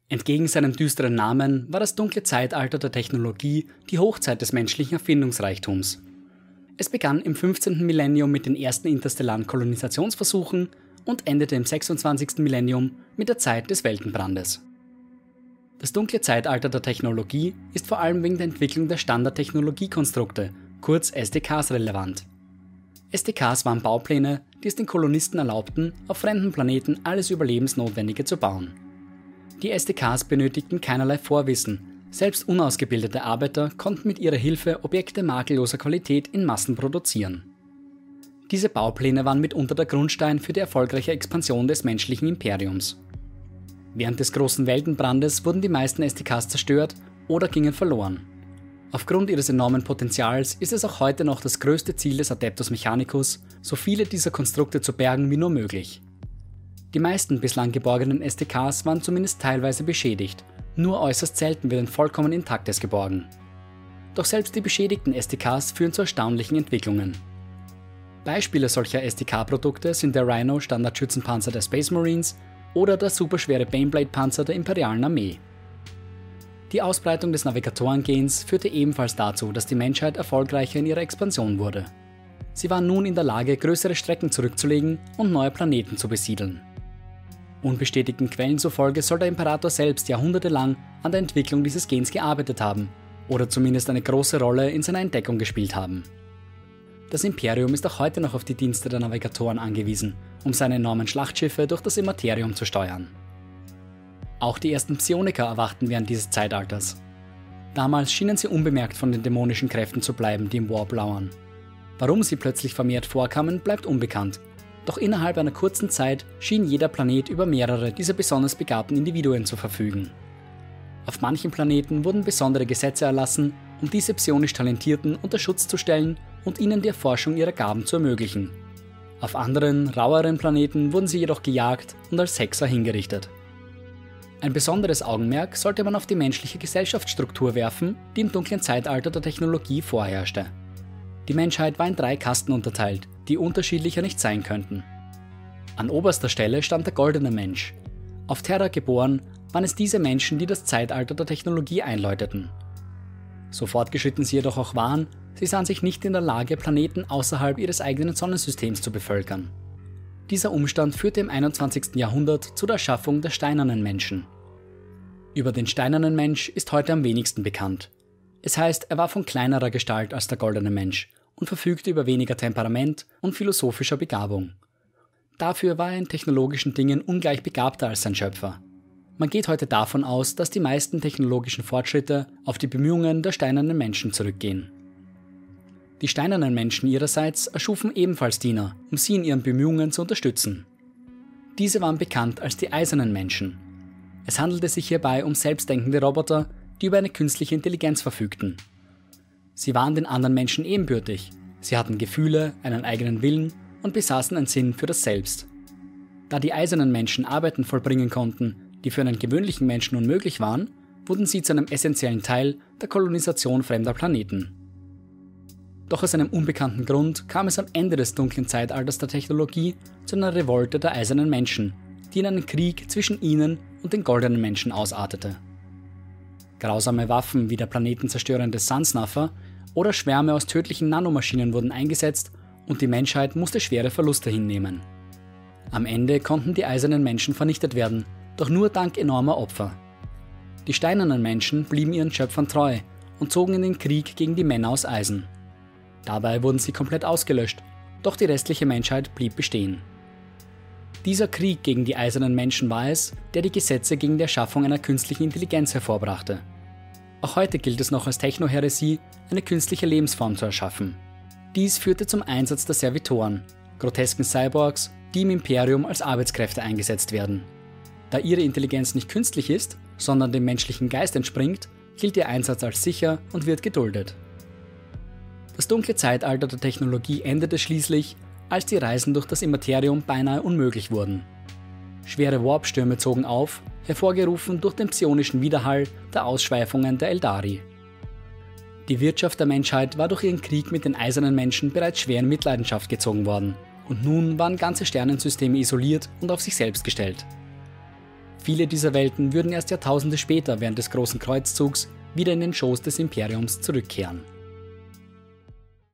Entgegen seinem düsteren Namen war das dunkle Zeitalter der Technologie die Hochzeit des menschlichen Erfindungsreichtums. Es begann im 15. Millennium mit den ersten interstellaren Kolonisationsversuchen und endete im 26. Millennium mit der Zeit des Weltenbrandes. Das dunkle Zeitalter der Technologie ist vor allem wegen der Entwicklung der Standardtechnologiekonstrukte, kurz SDKs, relevant. SDKs waren Baupläne, die es den Kolonisten erlaubten, auf fremden Planeten alles Überlebensnotwendige zu bauen. Die SDKs benötigten keinerlei Vorwissen, selbst unausgebildete Arbeiter konnten mit ihrer Hilfe Objekte makelloser Qualität in Massen produzieren. Diese Baupläne waren mitunter der Grundstein für die erfolgreiche Expansion des menschlichen Imperiums. Während des großen Weltenbrandes wurden die meisten SDKs zerstört oder gingen verloren. Aufgrund ihres enormen Potenzials ist es auch heute noch das größte Ziel des Adeptus Mechanicus, so viele dieser Konstrukte zu bergen wie nur möglich. Die meisten bislang geborgenen SDKs waren zumindest teilweise beschädigt, nur äußerst selten wird ein vollkommen intaktes geborgen. Doch selbst die beschädigten SDKs führen zu erstaunlichen Entwicklungen. Beispiele solcher SDK-Produkte sind der Rhino Standardschützenpanzer der Space Marines oder der superschwere Baneblade-Panzer der Imperialen Armee. Die Ausbreitung des Navigatorengens führte ebenfalls dazu, dass die Menschheit erfolgreicher in ihrer Expansion wurde. Sie waren nun in der Lage, größere Strecken zurückzulegen und neue Planeten zu besiedeln. Unbestätigten Quellen zufolge soll der Imperator selbst jahrhundertelang an der Entwicklung dieses Gens gearbeitet haben oder zumindest eine große Rolle in seiner Entdeckung gespielt haben. Das Imperium ist auch heute noch auf die Dienste der Navigatoren angewiesen, um seine enormen Schlachtschiffe durch das Immaterium zu steuern. Auch die ersten Psioniker erwachten während dieses Zeitalters. Damals schienen sie unbemerkt von den dämonischen Kräften zu bleiben, die im Warp lauern. Warum sie plötzlich vermehrt vorkamen, bleibt unbekannt. Doch innerhalb einer kurzen Zeit schien jeder Planet über mehrere dieser besonders begabten Individuen zu verfügen. Auf manchen Planeten wurden besondere Gesetze erlassen, um diese psionisch Talentierten unter Schutz zu stellen und ihnen die Erforschung ihrer Gaben zu ermöglichen. Auf anderen, raueren Planeten wurden sie jedoch gejagt und als Hexer hingerichtet. Ein besonderes Augenmerk sollte man auf die menschliche Gesellschaftsstruktur werfen, die im dunklen Zeitalter der Technologie vorherrschte. Die Menschheit war in 3 Kasten unterteilt, die unterschiedlicher nicht sein könnten. An oberster Stelle stand der goldene Mensch. Auf Terra geboren waren es diese Menschen, die das Zeitalter der Technologie einläuteten. So fortgeschritten sie jedoch auch waren, sie sahen sich nicht in der Lage, Planeten außerhalb ihres eigenen Sonnensystems zu bevölkern. Dieser Umstand führte im 21. Jahrhundert zu der Erschaffung der steinernen Menschen. Über den steinernen Mensch ist heute am wenigsten bekannt. Es heißt, er war von kleinerer Gestalt als der goldene Mensch und verfügte über weniger Temperament und philosophischer Begabung. Dafür war er in technologischen Dingen ungleich begabter als sein Schöpfer. Man geht heute davon aus, dass die meisten technologischen Fortschritte auf die Bemühungen der steinernen Menschen zurückgehen. Die steinernen Menschen ihrerseits erschufen ebenfalls Diener, um sie in ihren Bemühungen zu unterstützen. Diese waren bekannt als die eisernen Menschen. Es handelte sich hierbei um selbstdenkende Roboter, die über eine künstliche Intelligenz verfügten. Sie waren den anderen Menschen ebenbürtig, sie hatten Gefühle, einen eigenen Willen und besaßen einen Sinn für das Selbst. Da die eisernen Menschen Arbeiten vollbringen konnten, die für einen gewöhnlichen Menschen unmöglich waren, wurden sie zu einem essentiellen Teil der Kolonisation fremder Planeten. Doch aus einem unbekannten Grund kam es am Ende des dunklen Zeitalters der Technologie zu einer Revolte der eisernen Menschen, die in einen Krieg zwischen ihnen und den goldenen Menschen ausartete. Grausame Waffen wie der planetenzerstörende Sunsnuffer oder Schwärme aus tödlichen Nanomaschinen wurden eingesetzt und die Menschheit musste schwere Verluste hinnehmen. Am Ende konnten die eisernen Menschen vernichtet werden, doch nur dank enormer Opfer. Die steinernen Menschen blieben ihren Schöpfern treu und zogen in den Krieg gegen die Männer aus Eisen. Dabei wurden sie komplett ausgelöscht, doch die restliche Menschheit blieb bestehen. Dieser Krieg gegen die eisernen Menschen war es, der die Gesetze gegen die Erschaffung einer künstlichen Intelligenz hervorbrachte. Auch heute gilt es noch als Technohäresie, eine künstliche Lebensform zu erschaffen. Dies führte zum Einsatz der Servitoren, grotesken Cyborgs, die im Imperium als Arbeitskräfte eingesetzt werden. Da ihre Intelligenz nicht künstlich ist, sondern dem menschlichen Geist entspringt, gilt ihr Einsatz als sicher und wird geduldet. Das dunkle Zeitalter der Technologie endete schließlich, als die Reisen durch das Immaterium beinahe unmöglich wurden. Schwere Warpstürme zogen auf, hervorgerufen durch den psionischen Widerhall der Ausschweifungen der Eldari. Die Wirtschaft der Menschheit war durch ihren Krieg mit den eisernen Menschen bereits schwer in Mitleidenschaft gezogen worden und nun waren ganze Sternensysteme isoliert und auf sich selbst gestellt. Viele dieser Welten würden erst Jahrtausende später während des Großen Kreuzzugs wieder in den Schoß des Imperiums zurückkehren.